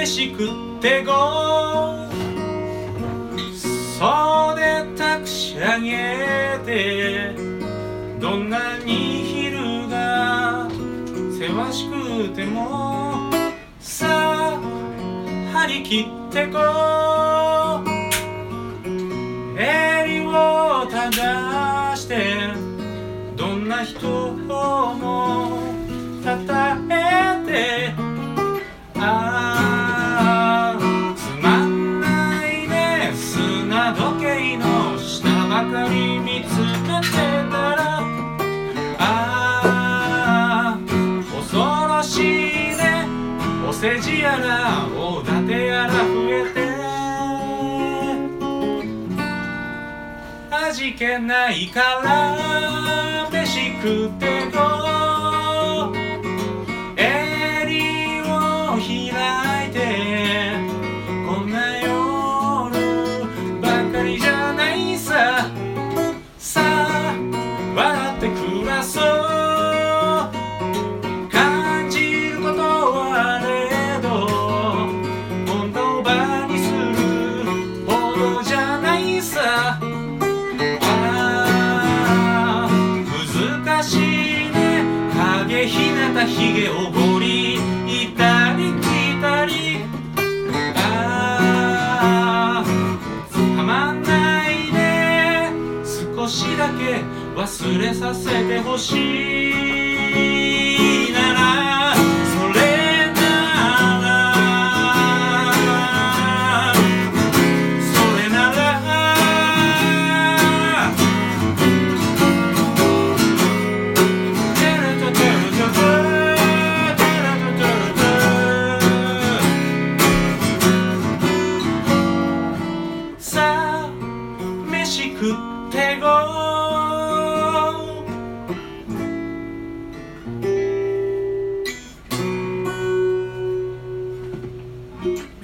飯食ってご袖たくし上げてどんなに昼がせわしくてもさあ張り切ってこ襟を正してどんな人もたたえてああつまんないね砂時計の下ばかり見つめてたらああ恐ろしいねお世辞やらおだてやら増えて味気ないから飯食ってご襟を開いてこんな夜ばかりじゃないささあ笑って暮らそう感じることはあれど言葉にするほどじゃないさひなたひげおごりいたり来たりああたまんないね少しだけ忘れさせてほしいならそれならそれなら飯食ってご